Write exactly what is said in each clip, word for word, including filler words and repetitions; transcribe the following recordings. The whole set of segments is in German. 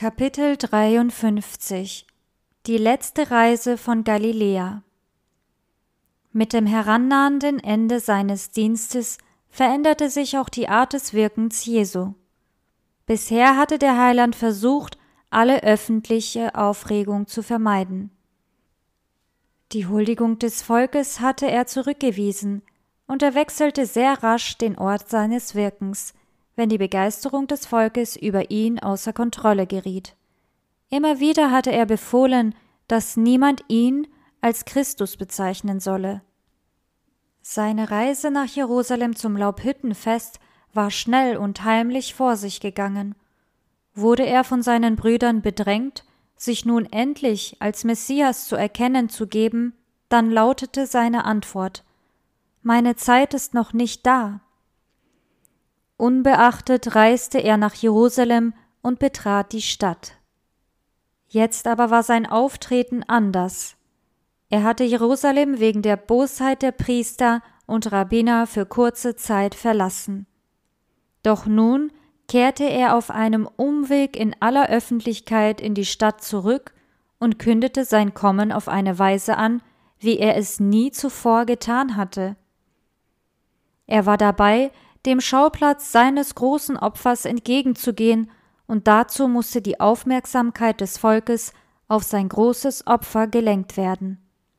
Kapitel dreiundfünfzig Die letzte Reise von Galiläa. Mit dem herannahenden Ende seines Dienstes veränderte sich auch die Art des Wirkens Jesu. Bisher hatte der Heiland versucht, alle öffentliche Aufregung zu vermeiden. Die Huldigung des Volkes hatte er zurückgewiesen, und er wechselte sehr rasch den Ort seines Wirkens, wenn die Begeisterung des Volkes über ihn außer Kontrolle geriet. Immer wieder hatte er befohlen, dass niemand ihn als Christus bezeichnen solle. Seine Reise nach Jerusalem zum Laubhüttenfest war schnell und heimlich vor sich gegangen. Wurde er von seinen Brüdern bedrängt, sich nun endlich als Messias zu erkennen zu geben, dann lautete seine Antwort: »Meine Zeit ist noch nicht da.« Unbeachtet reiste er nach Jerusalem und betrat die Stadt. Jetzt aber war sein Auftreten anders. Er hatte Jerusalem wegen der Bosheit der Priester und Rabbiner für kurze Zeit verlassen. Doch nun kehrte er auf einem Umweg in aller Öffentlichkeit in die Stadt zurück und kündete sein Kommen auf eine Weise an, wie er es nie zuvor getan hatte. Er war dabei, dem Schauplatz seines großen Opfers entgegenzugehen, und dazu musste die Aufmerksamkeit des Volkes auf sein großes Opfer gelenkt werden.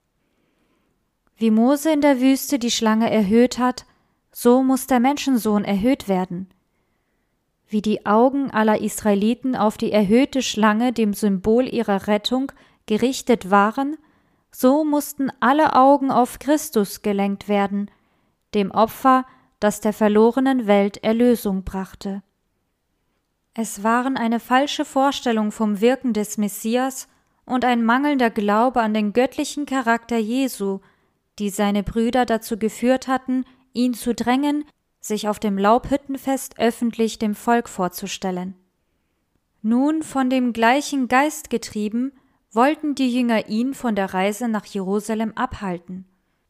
Wie Mose in der Wüste die Schlange erhöht hat, so muss der Menschensohn erhöht werden. Wie die Augen aller Israeliten auf die erhöhte Schlange, dem Symbol ihrer Rettung, gerichtet waren, so mussten alle Augen auf Christus gelenkt werden, dem Opfer, das der verlorenen Welt Erlösung brachte. Es waren eine falsche Vorstellung vom Wirken des Messias und ein mangelnder Glaube an den göttlichen Charakter Jesu, die seine Brüder dazu geführt hatten, ihn zu drängen, sich auf dem Laubhüttenfest öffentlich dem Volk vorzustellen. Nun, von dem gleichen Geist getrieben, wollten die Jünger ihn von der Reise nach Jerusalem abhalten.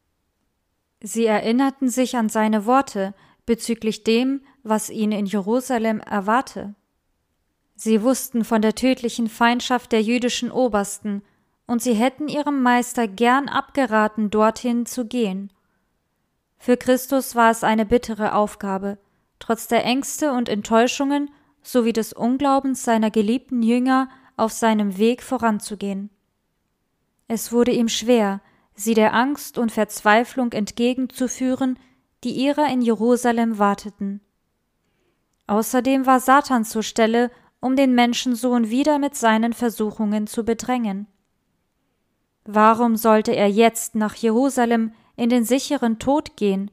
Sie erinnerten sich an seine Worte bezüglich dem, was ihn in Jerusalem erwarte. Sie wussten von der tödlichen Feindschaft der jüdischen Obersten, und sie hätten ihrem Meister gern abgeraten, dorthin zu gehen. Für Christus war es eine bittere Aufgabe, trotz der Ängste und Enttäuschungen sowie des Unglaubens seiner geliebten Jünger auf seinem Weg voranzugehen. Es wurde ihm schwer, sie der Angst und Verzweiflung entgegenzuführen, die ihrer in Jerusalem warteten. Außerdem war Satan zur Stelle, um den Menschensohn wieder mit seinen Versuchungen zu bedrängen. Warum sollte er jetzt nach Jerusalem in den sicheren Tod gehen?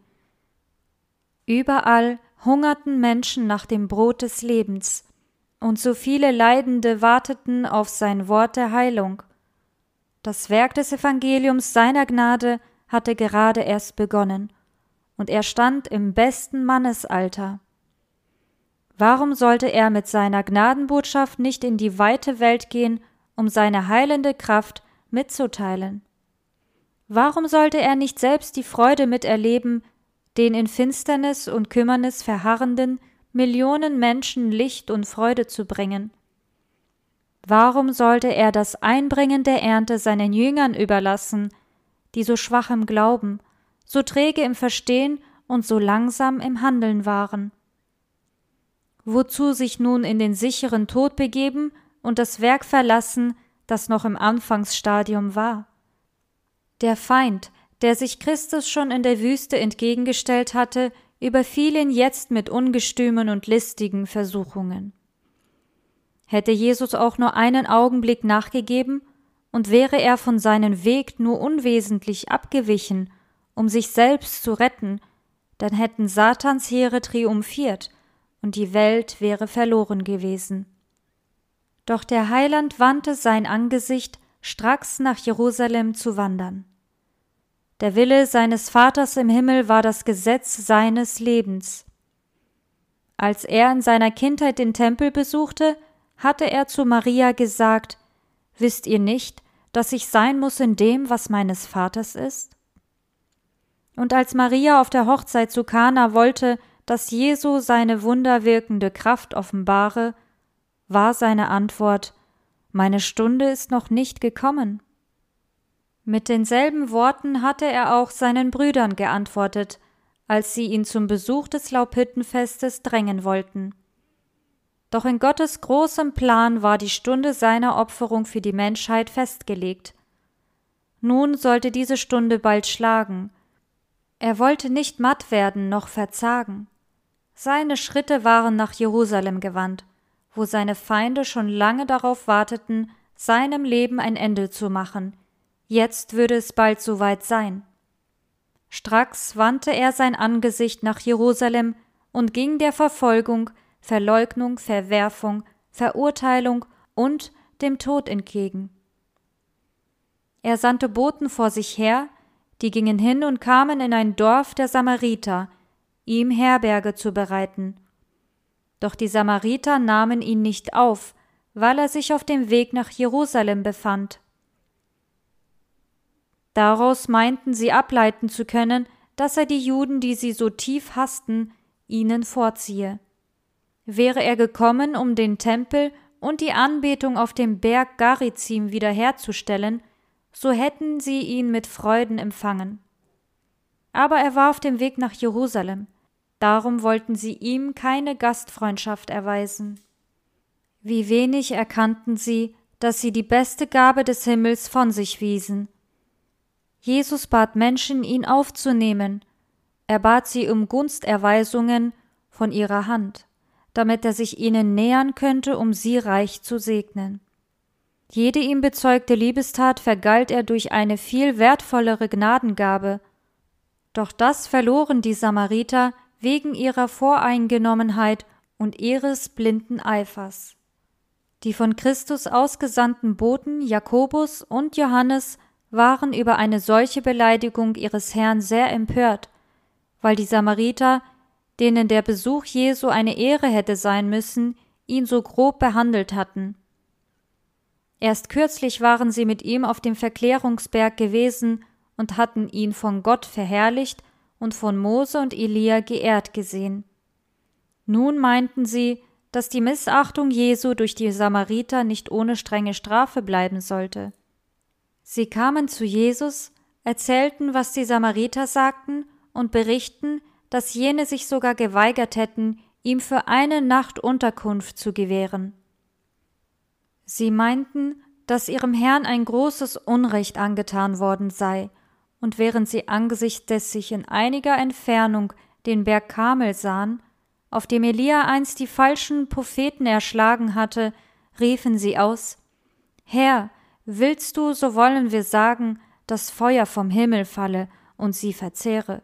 Überall hungerten Menschen nach dem Brot des Lebens, und so viele Leidende warteten auf sein Wort der Heilung. Das Werk des Evangeliums seiner Gnade hatte gerade erst begonnen, und er stand im besten Mannesalter. Warum sollte er mit seiner Gnadenbotschaft nicht in die weite Welt gehen, um seine heilende Kraft mitzuteilen? Warum sollte er nicht selbst die Freude miterleben, den in Finsternis und Kümmernis verharrenden Millionen Menschen Licht und Freude zu bringen? Warum sollte er das Einbringen der Ernte seinen Jüngern überlassen, die so schwach im Glauben, so träge im Verstehen und so langsam im Handeln waren? Wozu sich nun in den sicheren Tod begeben und das Werk verlassen, das noch im Anfangsstadium war? Der Feind, der sich Christus schon in der Wüste entgegengestellt hatte, überfiel ihn jetzt mit ungestümen und listigen Versuchungen. Hätte Jesus auch nur einen Augenblick nachgegeben und wäre er von seinem Weg nur unwesentlich abgewichen, um sich selbst zu retten, dann hätten Satans Heere triumphiert und die Welt wäre verloren gewesen. Doch der Heiland wandte sein Angesicht, stracks nach Jerusalem zu wandern. Der Wille seines Vaters im Himmel war das Gesetz seines Lebens. Als er in seiner Kindheit den Tempel besuchte, hatte er zu Maria gesagt: »Wisst ihr nicht, dass ich sein muss in dem, was meines Vaters ist?« Und als Maria auf der Hochzeit zu Kana wollte, dass Jesu seine wunderwirkende Kraft offenbare, war seine Antwort: »Meine Stunde ist noch nicht gekommen.« Mit denselben Worten hatte er auch seinen Brüdern geantwortet, als sie ihn zum Besuch des Laubhüttenfestes drängen wollten. Doch in Gottes großem Plan war die Stunde seiner Opferung für die Menschheit festgelegt. Nun sollte diese Stunde bald schlagen. Er wollte nicht matt werden noch verzagen. Seine Schritte waren nach Jerusalem gewandt, wo seine Feinde schon lange darauf warteten, seinem Leben ein Ende zu machen. Jetzt würde es bald soweit sein. Stracks wandte er sein Angesicht nach Jerusalem und ging der Verfolgung, Verleugnung, Verwerfung, Verurteilung und dem Tod entgegen. Er sandte Boten vor sich her, die gingen hin und kamen in ein Dorf der Samariter, ihm Herberge zu bereiten. Doch die Samariter nahmen ihn nicht auf, weil er sich auf dem Weg nach Jerusalem befand. Daraus meinten sie ableiten zu können, dass er die Juden, die sie so tief hassten, ihnen vorziehe. Wäre er gekommen, um den Tempel und die Anbetung auf dem Berg Garizim wiederherzustellen, so hätten sie ihn mit Freuden empfangen. Aber er war auf dem Weg nach Jerusalem, darum wollten sie ihm keine Gastfreundschaft erweisen. Wie wenig erkannten sie, dass sie die beste Gabe des Himmels von sich wiesen. Jesus bat Menschen, ihn aufzunehmen. Er bat sie um Gunsterweisungen von ihrer Hand, damit er sich ihnen nähern könnte, um sie reich zu segnen. Jede ihm bezeugte Liebestat vergalt er durch eine viel wertvollere Gnadengabe. Doch das verloren die Samariter wegen ihrer Voreingenommenheit und ihres blinden Eifers. Die von Christus ausgesandten Boten Jakobus und Johannes waren über eine solche Beleidigung ihres Herrn sehr empört, weil die Samariter, denen der Besuch Jesu eine Ehre hätte sein müssen, ihn so grob behandelt hatten. Erst kürzlich waren sie mit ihm auf dem Verklärungsberg gewesen und hatten ihn von Gott verherrlicht und von Mose und Elia geehrt gesehen. Nun meinten sie, dass die Missachtung Jesu durch die Samariter nicht ohne strenge Strafe bleiben sollte. Sie kamen zu Jesus, erzählten, was die Samariter sagten, und berichten, dass jene sich sogar geweigert hätten, ihm für eine Nacht Unterkunft zu gewähren. Sie meinten, dass ihrem Herrn ein großes Unrecht angetan worden sei, und während sie angesichts des sich in einiger Entfernung den Berg Karmel sahen, auf dem Elia einst die falschen Propheten erschlagen hatte, riefen sie aus: »Herr, willst du, so wollen wir sagen, dass Feuer vom Himmel falle und sie verzehre.«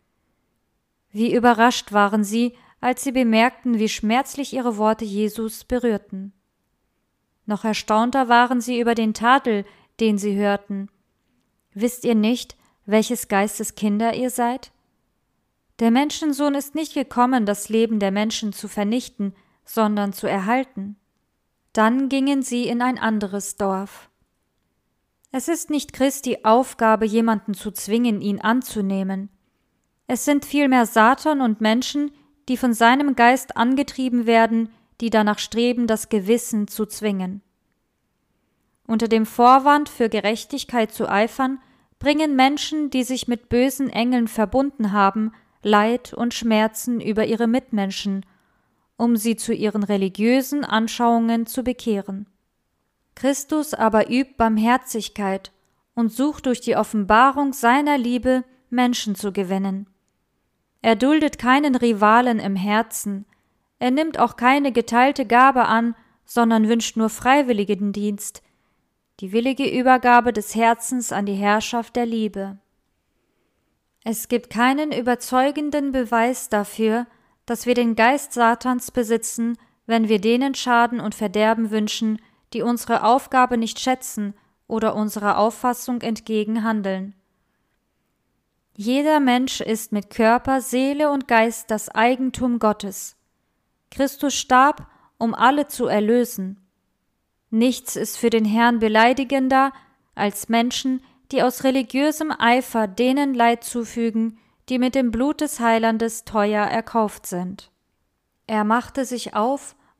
Wie überrascht waren sie, als sie bemerkten, wie schmerzlich ihre Worte Jesus berührten. Noch erstaunter waren sie über den Tadel, den sie hörten. »Wisst ihr nicht, welches Geistes Kinder ihr seid? Der Menschensohn ist nicht gekommen, das Leben der Menschen zu vernichten, sondern zu erhalten.« Dann gingen sie in ein anderes Dorf. Es ist nicht Christi Aufgabe, jemanden zu zwingen, ihn anzunehmen. Es sind vielmehr Satan und Menschen, die von seinem Geist angetrieben werden, die danach streben, das Gewissen zu zwingen. Unter dem Vorwand, für Gerechtigkeit zu eifern, bringen Menschen, die sich mit bösen Engeln verbunden haben, Leid und Schmerzen über ihre Mitmenschen, um sie zu ihren religiösen Anschauungen zu bekehren. Christus aber übt Barmherzigkeit und sucht durch die Offenbarung seiner Liebe Menschen zu gewinnen. Er duldet keinen Rivalen im Herzen, er nimmt auch keine geteilte Gabe an, sondern wünscht nur freiwilligen Dienst, die willige Übergabe des Herzens an die Herrschaft der Liebe. Es gibt keinen überzeugenden Beweis dafür, dass wir den Geist Satans besitzen, wenn wir denen Schaden und Verderben wünschen, die unsere Aufgabe nicht schätzen oder unserer Auffassung entgegen handeln. Jeder Mensch ist mit Körper, Seele und Geist das Eigentum Gottes. Christus starb, um alle zu erlösen. Nichts ist für den Herrn beleidigender als Menschen, die aus religiösem Eifer denen Leid zufügen, die mit dem Blut des Heilandes teuer erkauft sind. Er machte sich auf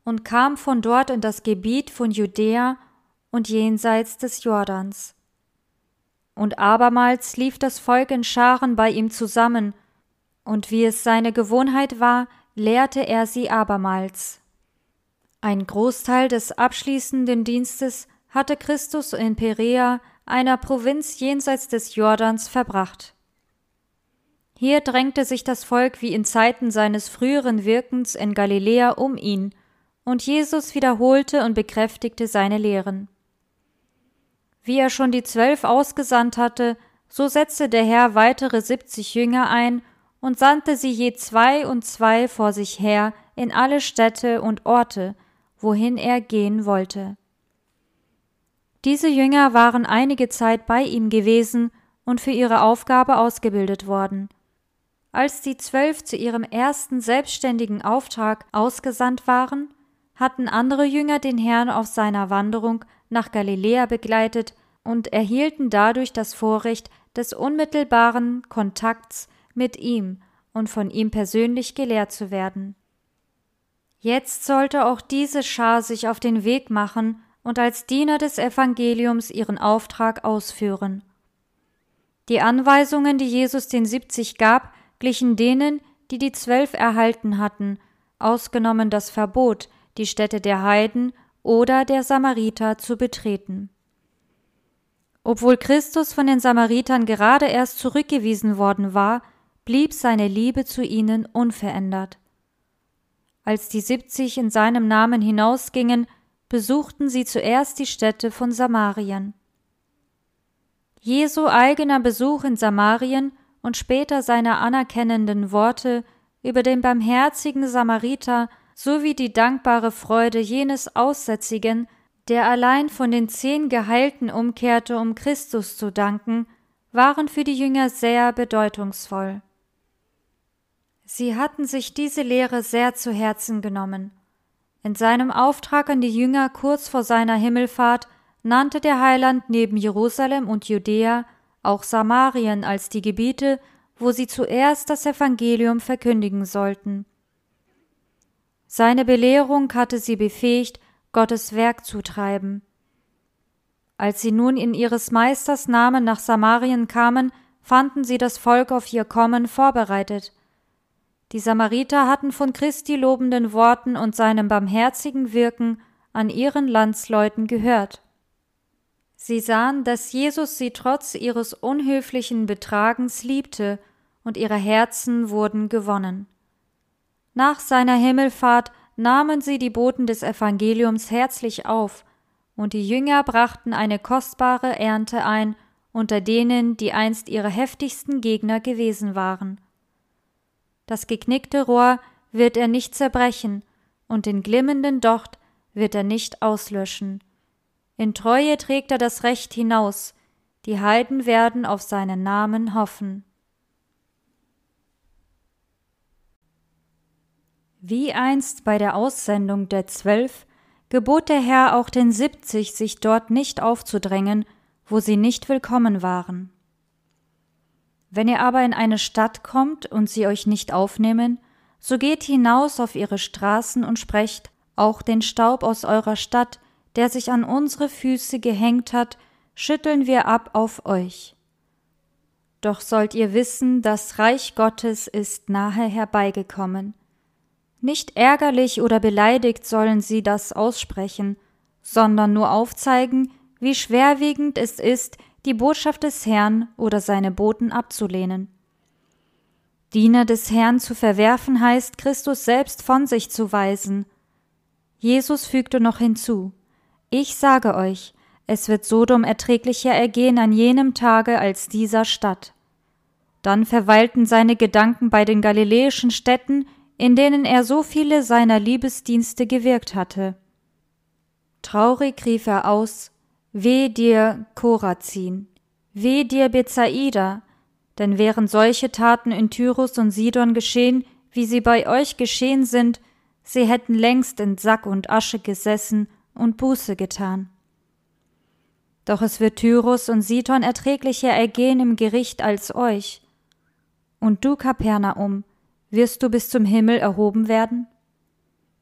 und kam von dort in das Gebiet von Judäa und jenseits des Jordans. Und abermals lief das Volk in Scharen bei ihm zusammen, und wie es seine Gewohnheit war, lehrte er sie abermals. Ein Großteil des abschließenden Dienstes hatte Christus in Perea, einer Provinz jenseits des Jordans, verbracht. Hier drängte sich das Volk wie in Zeiten seines früheren Wirkens in Galiläa um ihn, und Jesus wiederholte und bekräftigte seine Lehren. Wie er schon die Zwölf ausgesandt hatte, so setzte der Herr weitere siebzig Jünger ein und sandte sie je zwei und zwei vor sich her in alle Städte und Orte, wohin er gehen wollte. Diese Jünger waren einige Zeit bei ihm gewesen und für ihre Aufgabe ausgebildet worden. Als die Zwölf zu ihrem ersten selbstständigen Auftrag ausgesandt waren, hatten andere Jünger den Herrn auf seiner Wanderung nach Galiläa begleitet und erhielten dadurch das Vorrecht des unmittelbaren Kontakts mit ihm und von ihm persönlich gelehrt zu werden. Jetzt sollte auch diese Schar sich auf den Weg machen und als Diener des Evangeliums ihren Auftrag ausführen. Die Anweisungen, die Jesus den siebzig gab, glichen denen, die die Zwölf erhalten hatten, ausgenommen das Verbot, die Städte der Heiden oder der Samariter zu betreten. Obwohl Christus von den Samaritern gerade erst zurückgewiesen worden war, blieb seine Liebe zu ihnen unverändert. Als die siebzig in seinem Namen hinausgingen, besuchten sie zuerst die Städte von Samarien. Jesu eigener Besuch in Samarien und später seine anerkennenden Worte über den barmherzigen Samariter sowie die dankbare Freude jenes Aussätzigen, der allein von den zehn Geheilten umkehrte, um Christus zu danken, waren für die Jünger sehr bedeutungsvoll. Sie hatten sich diese Lehre sehr zu Herzen genommen. In seinem Auftrag an die Jünger kurz vor seiner Himmelfahrt nannte der Heiland neben Jerusalem und Judäa auch Samarien als die Gebiete, wo sie zuerst das Evangelium verkündigen sollten. Seine Belehrung hatte sie befähigt, Gottes Werk zu treiben. Als sie nun in ihres Meisters Namen nach Samarien kamen, fanden sie das Volk auf ihr Kommen vorbereitet. Die Samariter hatten von Christi lobenden Worten und seinem barmherzigen Wirken an ihren Landsleuten gehört. Sie sahen, dass Jesus sie trotz ihres unhöflichen Betragens liebte, und ihre Herzen wurden gewonnen. Nach seiner Himmelfahrt nahmen sie die Boten des Evangeliums herzlich auf, und die Jünger brachten eine kostbare Ernte ein unter denen, die einst ihre heftigsten Gegner gewesen waren. Das geknickte Rohr wird er nicht zerbrechen, und den glimmenden Docht wird er nicht auslöschen. In Treue trägt er das Recht hinaus, die Heiden werden auf seinen Namen hoffen. Wie einst bei der Aussendung der Zwölf gebot der Herr auch den Siebzig, sich dort nicht aufzudrängen, wo sie nicht willkommen waren. Wenn ihr aber in eine Stadt kommt und sie euch nicht aufnehmen, so geht hinaus auf ihre Straßen und sprecht, auch den Staub aus eurer Stadt, der sich an unsere Füße gehängt hat, schütteln wir ab auf euch. Doch sollt ihr wissen, das Reich Gottes ist nahe herbeigekommen. Nicht ärgerlich oder beleidigt sollen sie das aussprechen, sondern nur aufzeigen, wie schwerwiegend es ist, die Botschaft des Herrn oder seine Boten abzulehnen. Diener des Herrn zu verwerfen heißt, Christus selbst von sich zu weisen. Jesus fügte noch hinzu: Ich sage euch, es wird Sodom erträglicher ergehen an jenem Tage als dieser Stadt. Dann verweilten seine Gedanken bei den galiläischen Städten, in denen er so viele seiner Liebesdienste gewirkt hatte. Traurig rief er aus: Weh dir, Korazin! Weh dir, Bethsaida! Denn wären solche Taten in Tyrus und Sidon geschehen, wie sie bei euch geschehen sind, sie hätten längst in Sack und Asche gesessen und Buße getan. Doch es wird Tyrus und Sidon erträglicher ergehen im Gericht als euch. Und du, Kapernaum, wirst du bis zum Himmel erhoben werden?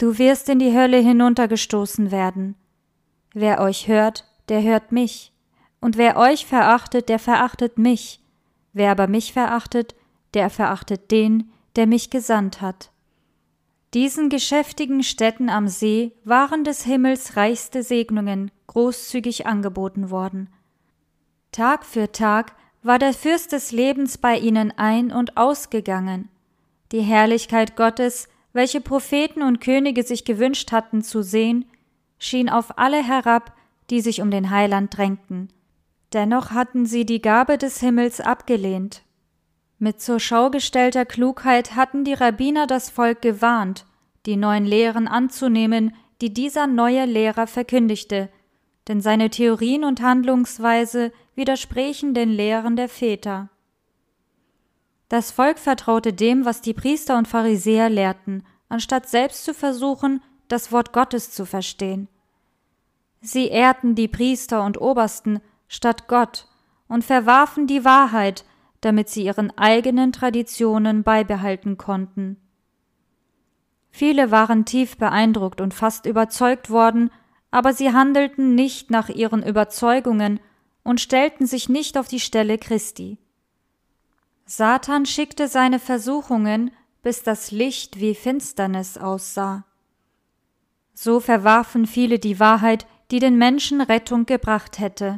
Du wirst in die Hölle hinuntergestoßen werden. Wer euch hört, der hört mich. Und wer euch verachtet, der verachtet mich. Wer aber mich verachtet, der verachtet den, der mich gesandt hat. Diesen geschäftigen Städten am See waren des Himmels reichste Segnungen großzügig angeboten worden. Tag für Tag war der Fürst des Lebens bei ihnen ein- und ausgegangen. Die Herrlichkeit Gottes, welche Propheten und Könige sich gewünscht hatten zu sehen, schien auf alle herab, die sich um den Heiland drängten. Dennoch hatten sie die Gabe des Himmels abgelehnt. Mit zur Schau gestellter Klugheit hatten die Rabbiner das Volk gewarnt, die neuen Lehren anzunehmen, die dieser neue Lehrer verkündigte, denn seine Theorien und Handlungsweise widersprechen den Lehren der Väter. Das Volk vertraute dem, was die Priester und Pharisäer lehrten, anstatt selbst zu versuchen, das Wort Gottes zu verstehen. Sie ehrten die Priester und Obersten statt Gott und verwarfen die Wahrheit, damit sie ihren eigenen Traditionen beibehalten konnten. Viele waren tief beeindruckt und fast überzeugt worden, aber sie handelten nicht nach ihren Überzeugungen und stellten sich nicht auf die Stelle Christi. Satan schickte seine Versuchungen, bis das Licht wie Finsternis aussah. So verwarfen viele die Wahrheit, die den Menschen Rettung gebracht hätte.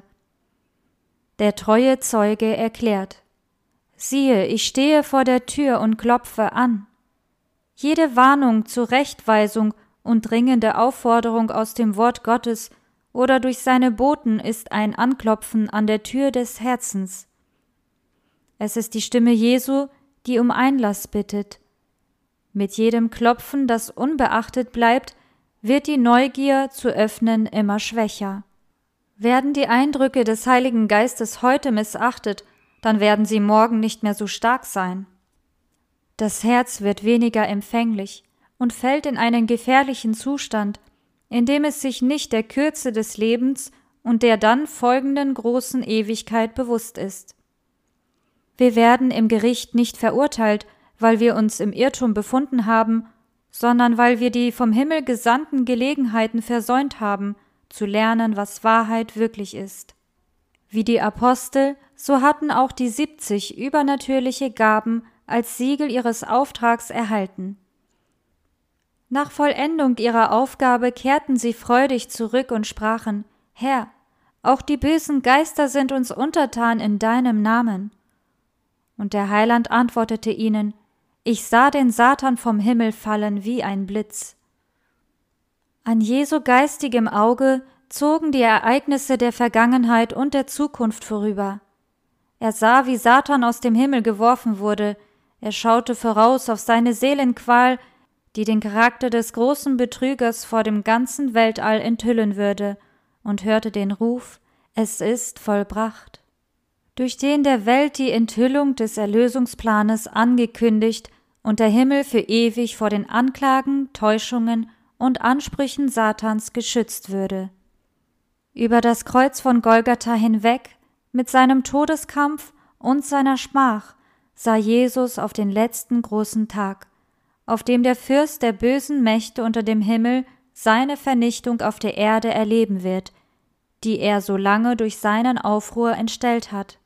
Der treue Zeuge erklärt: Siehe, ich stehe vor der Tür und klopfe an. Jede Warnung, Zurechtweisung und dringende Aufforderung aus dem Wort Gottes oder durch seine Boten ist ein Anklopfen an der Tür des Herzens. Es ist die Stimme Jesu, die um Einlass bittet. Mit jedem Klopfen, das unbeachtet bleibt, wird die Neugier zu öffnen immer schwächer. Werden die Eindrücke des Heiligen Geistes heute missachtet, dann werden sie morgen nicht mehr so stark sein. Das Herz wird weniger empfänglich und fällt in einen gefährlichen Zustand, in dem es sich nicht der Kürze des Lebens und der dann folgenden großen Ewigkeit bewusst ist. Wir werden im Gericht nicht verurteilt, weil wir uns im Irrtum befunden haben, sondern weil wir die vom Himmel gesandten Gelegenheiten versäumt haben, zu lernen, was Wahrheit wirklich ist. Wie die Apostel, so hatten auch die siebzig übernatürliche Gaben als Siegel ihres Auftrags erhalten. Nach Vollendung ihrer Aufgabe kehrten sie freudig zurück und sprachen: Herr, auch die bösen Geister sind uns untertan in deinem Namen. Und der Heiland antwortete ihnen: Ich sah den Satan vom Himmel fallen wie ein Blitz. An Jesu geistigem Auge zogen die Ereignisse der Vergangenheit und der Zukunft vorüber. Er sah, wie Satan aus dem Himmel geworfen wurde. Er schaute voraus auf seine Seelenqual, die den Charakter des großen Betrügers vor dem ganzen Weltall enthüllen würde, und hörte den Ruf: Es ist vollbracht. Durch den der Welt die Enthüllung des Erlösungsplanes angekündigt und der Himmel für ewig vor den Anklagen, Täuschungen und Ansprüchen Satans geschützt würde. Über das Kreuz von Golgatha hinweg, mit seinem Todeskampf und seiner Schmach, sah Jesus auf den letzten großen Tag, auf dem der Fürst der bösen Mächte unter dem Himmel seine Vernichtung auf der Erde erleben wird, die er so lange durch seinen Aufruhr entstellt hat.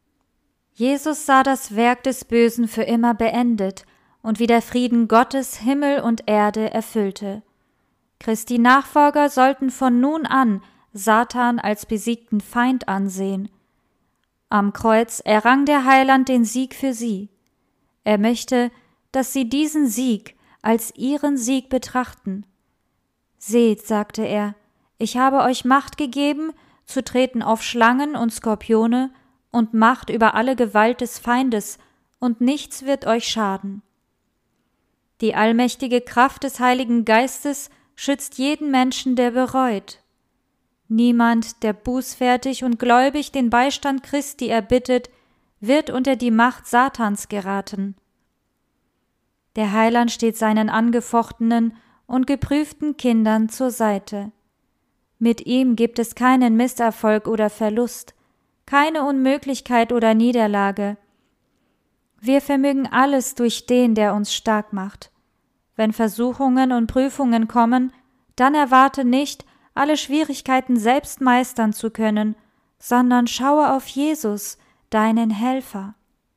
Jesus sah das Werk des Bösen für immer beendet und wie der Frieden Gottes Himmel und Erde erfüllte. Christi Nachfolger sollten von nun an Satan als besiegten Feind ansehen. Am Kreuz errang der Heiland den Sieg für sie. Er möchte, dass sie diesen Sieg als ihren Sieg betrachten. Seht, sagte er, ich habe euch Macht gegeben, zu treten auf Schlangen und Skorpione und Macht über alle Gewalt des Feindes, und nichts wird euch schaden. Die allmächtige Kraft des Heiligen Geistes schützt jeden Menschen, der bereut. Niemand, der bußfertig und gläubig den Beistand Christi erbittet, wird unter die Macht Satans geraten. Der Heiland steht seinen angefochtenen und geprüften Kindern zur Seite. Mit ihm gibt es keinen Misserfolg oder Verlust, keine Unmöglichkeit oder Niederlage. Wir vermögen alles durch den, der uns stark macht. Wenn Versuchungen und Prüfungen kommen, dann erwarte nicht, alle Schwierigkeiten selbst meistern zu können, sondern schaue auf Jesus, deinen Helfer.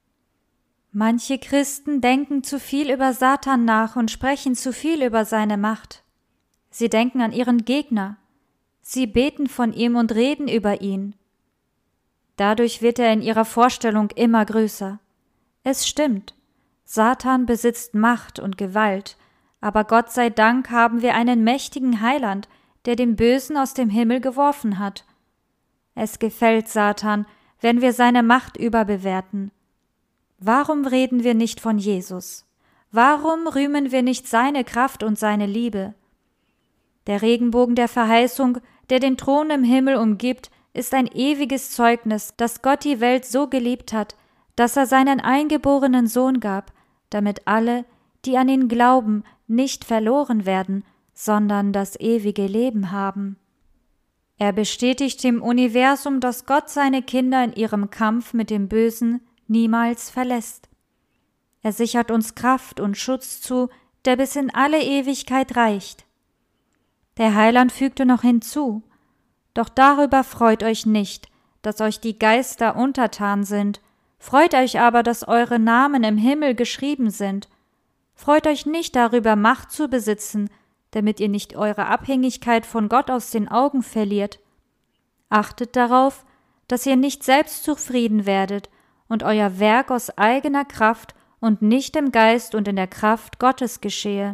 Manche Christen denken zu viel über Satan nach und sprechen zu viel über seine Macht. Sie denken an ihren Gegner. Sie beten von ihm und reden über ihn. Dadurch wird er in ihrer Vorstellung immer größer. Es stimmt, Satan besitzt Macht und Gewalt, aber Gott sei Dank haben wir einen mächtigen Heiland, der den Bösen aus dem Himmel geworfen hat. Es gefällt Satan, wenn wir seine Macht überbewerten. Warum reden wir nicht von Jesus? Warum rühmen wir nicht seine Kraft und seine Liebe? Der Regenbogen der Verheißung, der den Thron im Himmel umgibt, ist ein ewiges Zeugnis, dass Gott die Welt so geliebt hat, dass er seinen eingeborenen Sohn gab, damit alle, die an ihn glauben, nicht verloren werden, sondern das ewige Leben haben. Er bestätigt dem Universum, dass Gott seine Kinder in ihrem Kampf mit dem Bösen niemals verlässt. Er sichert uns Kraft und Schutz zu, der bis in alle Ewigkeit reicht. Der Heiland fügte noch hinzu: Doch darüber freut euch nicht, dass euch die Geister untertan sind, freut euch aber, dass eure Namen im Himmel geschrieben sind. Freut euch nicht darüber, Macht zu besitzen, damit ihr nicht eure Abhängigkeit von Gott aus den Augen verliert. Achtet darauf, dass ihr nicht selbst zufrieden werdet und euer Werk aus eigener Kraft und nicht im Geist und in der Kraft Gottes geschehe.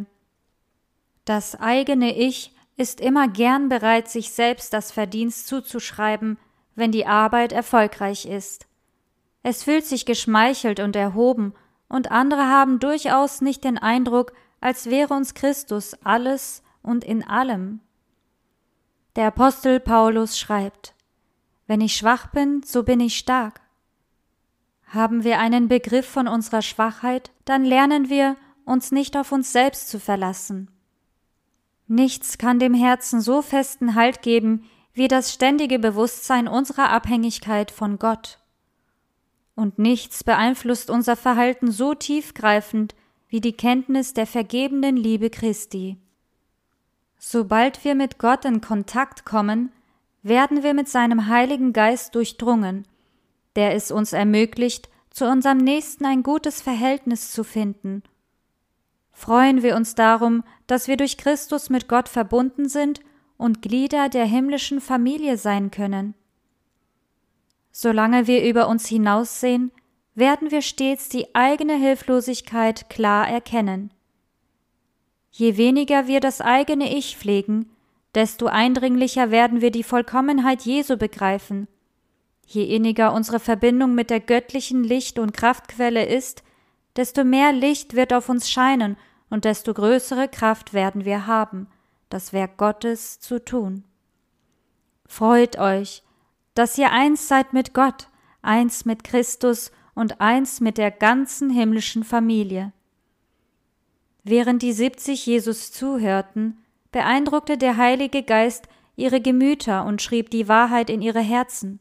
Das eigene Ich ist immer gern bereit, sich selbst das Verdienst zuzuschreiben, wenn die Arbeit erfolgreich ist. Es fühlt sich geschmeichelt und erhoben, und andere haben durchaus nicht den Eindruck, als wäre uns Christus alles und in allem. Der Apostel Paulus schreibt: Wenn ich schwach bin, so bin ich stark. Haben wir einen Begriff von unserer Schwachheit, dann lernen wir, uns nicht auf uns selbst zu verlassen. Nichts kann dem Herzen so festen Halt geben, wie das ständige Bewusstsein unserer Abhängigkeit von Gott. Und nichts beeinflusst unser Verhalten so tiefgreifend wie die Kenntnis der vergebenen Liebe Christi. Sobald wir mit Gott in Kontakt kommen, werden wir mit seinem Heiligen Geist durchdrungen, der es uns ermöglicht, zu unserem Nächsten ein gutes Verhältnis zu finden. Freuen wir uns darum, dass wir durch Christus mit Gott verbunden sind und Glieder der himmlischen Familie sein können. Solange wir über uns hinaussehen, werden wir stets die eigene Hilflosigkeit klar erkennen. Je weniger wir das eigene Ich pflegen, desto eindringlicher werden wir die Vollkommenheit Jesu begreifen. Je inniger unsere Verbindung mit der göttlichen Licht- und Kraftquelle ist, desto mehr Licht wird auf uns scheinen und desto größere Kraft werden wir haben, das Werk Gottes zu tun. Freut euch, dass ihr eins seid mit Gott, eins mit Christus und eins mit der ganzen himmlischen Familie. Während die siebzig Jesus zuhörten, beeindruckte der Heilige Geist ihre Gemüter und schrieb die Wahrheit in ihre Herzen.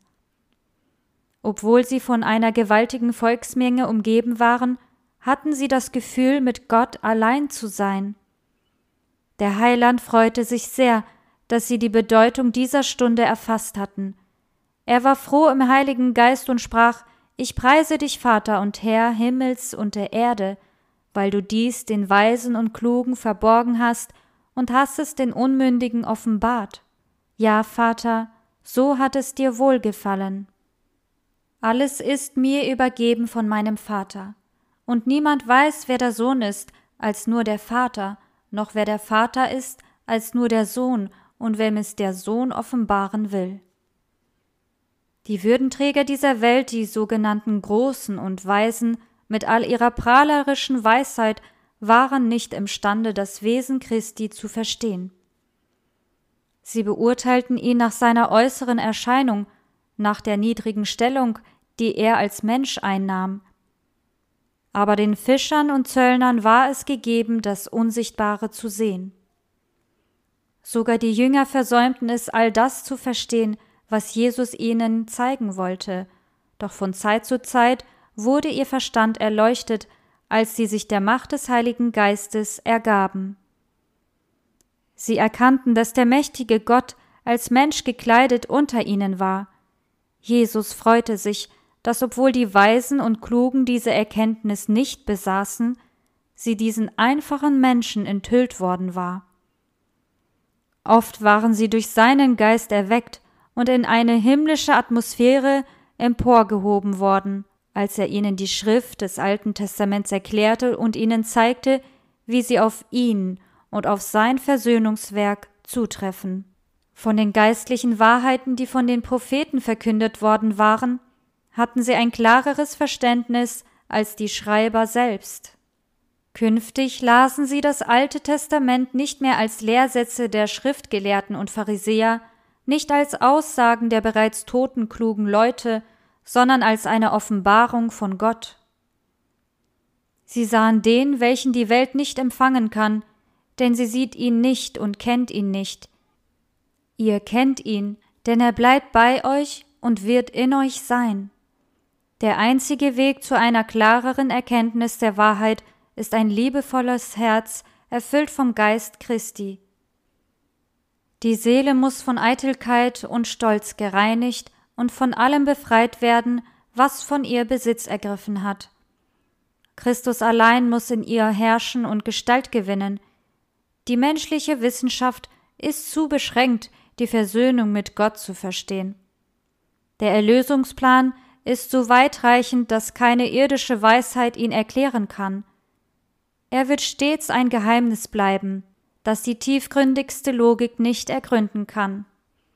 Obwohl sie von einer gewaltigen Volksmenge umgeben waren, hatten sie das Gefühl, mit Gott allein zu sein. Der Heiland freute sich sehr, dass sie die Bedeutung dieser Stunde erfasst hatten. Er war froh im Heiligen Geist und sprach: Ich preise dich, Vater und Herr Himmels und der Erde, weil du dies den Weisen und Klugen verborgen hast und hast es den Unmündigen offenbart. Ja, Vater, so hat es dir wohlgefallen. Alles ist mir übergeben von meinem Vater. Und niemand weiß, wer der Sohn ist, als nur der Vater, noch wer der Vater ist, als nur der Sohn und wem es der Sohn offenbaren will. Die Würdenträger dieser Welt, die sogenannten Großen und Weisen, mit all ihrer prahlerischen Weisheit, waren nicht imstande, das Wesen Christi zu verstehen. Sie beurteilten ihn nach seiner äußeren Erscheinung, nach der niedrigen Stellung, die er als Mensch einnahm. Aber den Fischern und Zöllnern war es gegeben, das Unsichtbare zu sehen. Sogar die Jünger versäumten es, all das zu verstehen, was Jesus ihnen zeigen wollte, doch von Zeit zu Zeit wurde ihr Verstand erleuchtet, als sie sich der Macht des Heiligen Geistes ergaben. Sie erkannten, dass der mächtige Gott als Mensch gekleidet unter ihnen war. Jesus freute sich, dass obwohl die Weisen und Klugen diese Erkenntnis nicht besaßen, sie diesen einfachen Menschen enthüllt worden war. Oft waren sie durch seinen Geist erweckt und in eine himmlische Atmosphäre emporgehoben worden, als er ihnen die Schrift des Alten Testaments erklärte und ihnen zeigte, wie sie auf ihn und auf sein Versöhnungswerk zutreffen. Von den geistlichen Wahrheiten, die von den Propheten verkündet worden waren, hatten sie ein klareres Verständnis als die Schreiber selbst. Künftig lasen sie das Alte Testament nicht mehr als Lehrsätze der Schriftgelehrten und Pharisäer, nicht als Aussagen der bereits toten klugen Leute, sondern als eine Offenbarung von Gott. Sie sahen den, welchen die Welt nicht empfangen kann, denn sie sieht ihn nicht und kennt ihn nicht. Ihr kennt ihn, denn er bleibt bei euch und wird in euch sein. Der einzige Weg zu einer klareren Erkenntnis der Wahrheit ist ein liebevolles Herz, erfüllt vom Geist Christi. Die Seele muss von Eitelkeit und Stolz gereinigt und von allem befreit werden, was von ihr Besitz ergriffen hat. Christus allein muss in ihr herrschen und Gestalt gewinnen. Die menschliche Wissenschaft ist zu beschränkt, die Versöhnung mit Gott zu verstehen. Der Erlösungsplan ist so weitreichend, dass keine irdische Weisheit ihn erklären kann. Er wird stets ein Geheimnis bleiben, das die tiefgründigste Logik nicht ergründen kann.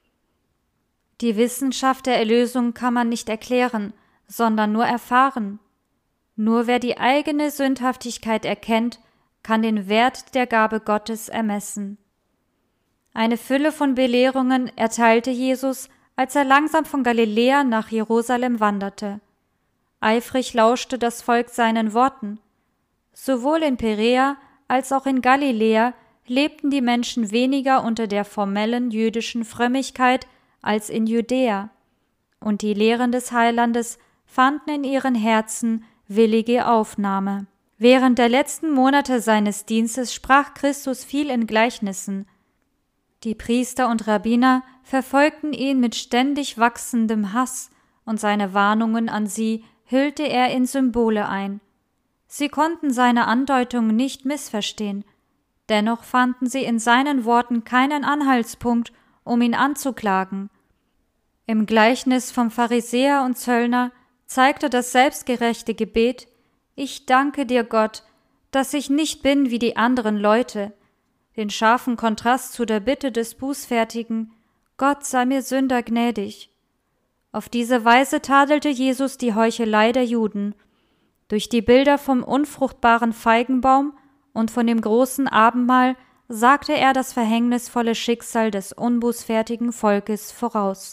Die Wissenschaft der Erlösung kann man nicht erklären, sondern nur erfahren. Nur wer die eigene Sündhaftigkeit erkennt, kann den Wert der Gabe Gottes ermessen. Eine Fülle von Belehrungen erteilte Jesus, als er langsam von Galiläa nach Jerusalem wanderte. Eifrig lauschte das Volk seinen Worten. Sowohl in Perea als auch in Galiläa lebten die Menschen weniger unter der formellen jüdischen Frömmigkeit als in Judäa, und die Lehren des Heilandes fanden in ihren Herzen willige Aufnahme. Während der letzten Monate seines Dienstes sprach Christus viel in Gleichnissen. Die Priester und Rabbiner verfolgten ihn mit ständig wachsendem Hass, und seine Warnungen an sie hüllte er in Symbole ein. Sie konnten seine Andeutungen nicht missverstehen, dennoch fanden sie in seinen Worten keinen Anhaltspunkt, um ihn anzuklagen. Im Gleichnis vom Pharisäer und Zöllner zeigte das selbstgerechte Gebet: Ich danke dir, Gott, dass ich nicht bin wie die anderen Leute, den scharfen Kontrast zu der Bitte des Bußfertigen: Gott sei mir Sünder gnädig. Auf diese Weise tadelte Jesus die Heuchelei der Juden. Durch die Bilder vom unfruchtbaren Feigenbaum und von dem großen Abendmahl sagte er das verhängnisvolle Schicksal des unbußfertigen Volkes voraus.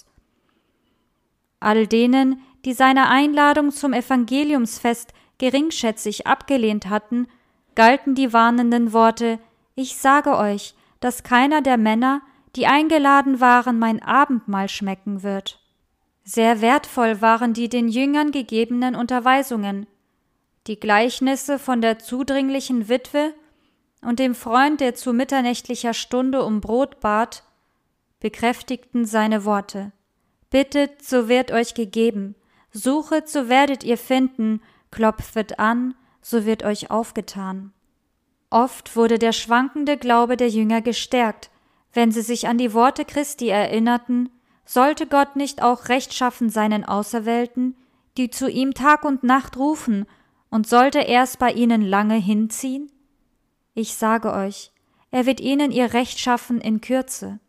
All denen, die seine Einladung zum Evangeliumsfest geringschätzig abgelehnt hatten, galten die warnenden Worte: Ich sage euch, dass keiner der Männer, die eingeladen waren, mein Abendmahl schmecken wird. Sehr wertvoll waren die den Jüngern gegebenen Unterweisungen. Die Gleichnisse von der zudringlichen Witwe und dem Freund, der zu mitternächtlicher Stunde um Brot bat, bekräftigten seine Worte. Bittet, so wird euch gegeben, suchet, so werdet ihr finden, klopfet an, so wird euch aufgetan. Oft wurde der schwankende Glaube der Jünger gestärkt, wenn sie sich an die Worte Christi erinnerten: Sollte Gott nicht auch rechtschaffen seinen Auserwählten, die zu ihm Tag und Nacht rufen, und sollte er es bei ihnen lange hinziehen? Ich sage euch, er wird ihnen ihr Recht schaffen in Kürze.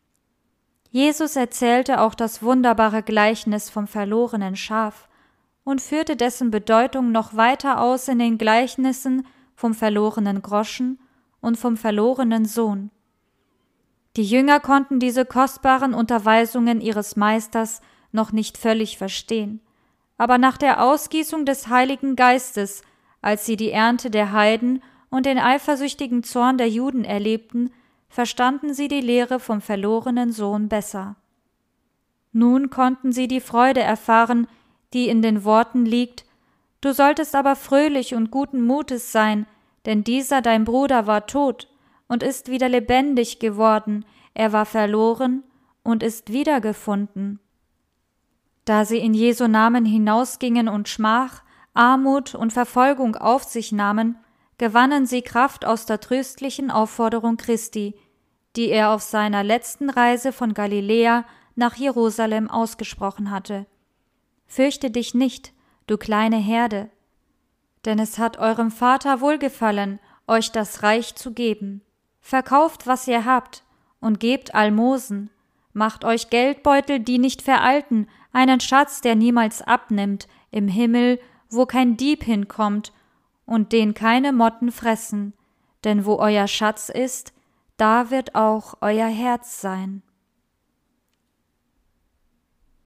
Jesus erzählte auch das wunderbare Gleichnis vom verlorenen Schaf und führte dessen Bedeutung noch weiter aus in den Gleichnissen vom verlorenen Groschen und vom verlorenen Sohn. Die Jünger konnten diese kostbaren Unterweisungen ihres Meisters noch nicht völlig verstehen, aber nach der Ausgießung des Heiligen Geistes, als sie die Ernte der Heiden und den eifersüchtigen Zorn der Juden erlebten, verstanden sie die Lehre vom verlorenen Sohn besser. Nun konnten sie die Freude erfahren, die in den Worten liegt: Du solltest aber fröhlich und guten Mutes sein, denn dieser dein Bruder war tot und ist wieder lebendig geworden, er war verloren und ist wiedergefunden.« Da sie in Jesu Namen hinausgingen und Schmach, Armut und Verfolgung auf sich nahmen, gewannen sie Kraft aus der tröstlichen Aufforderung Christi, die er auf seiner letzten Reise von Galiläa nach Jerusalem ausgesprochen hatte. »Fürchte dich nicht, du kleine Herde, denn es hat eurem Vater wohlgefallen, euch das Reich zu geben. Verkauft, was ihr habt, und gebt Almosen. Macht euch Geldbeutel, die nicht veralten, einen Schatz, der niemals abnimmt, im Himmel, wo kein Dieb hinkommt und den keine Motten fressen. Denn wo euer Schatz ist, da wird auch euer Herz sein.«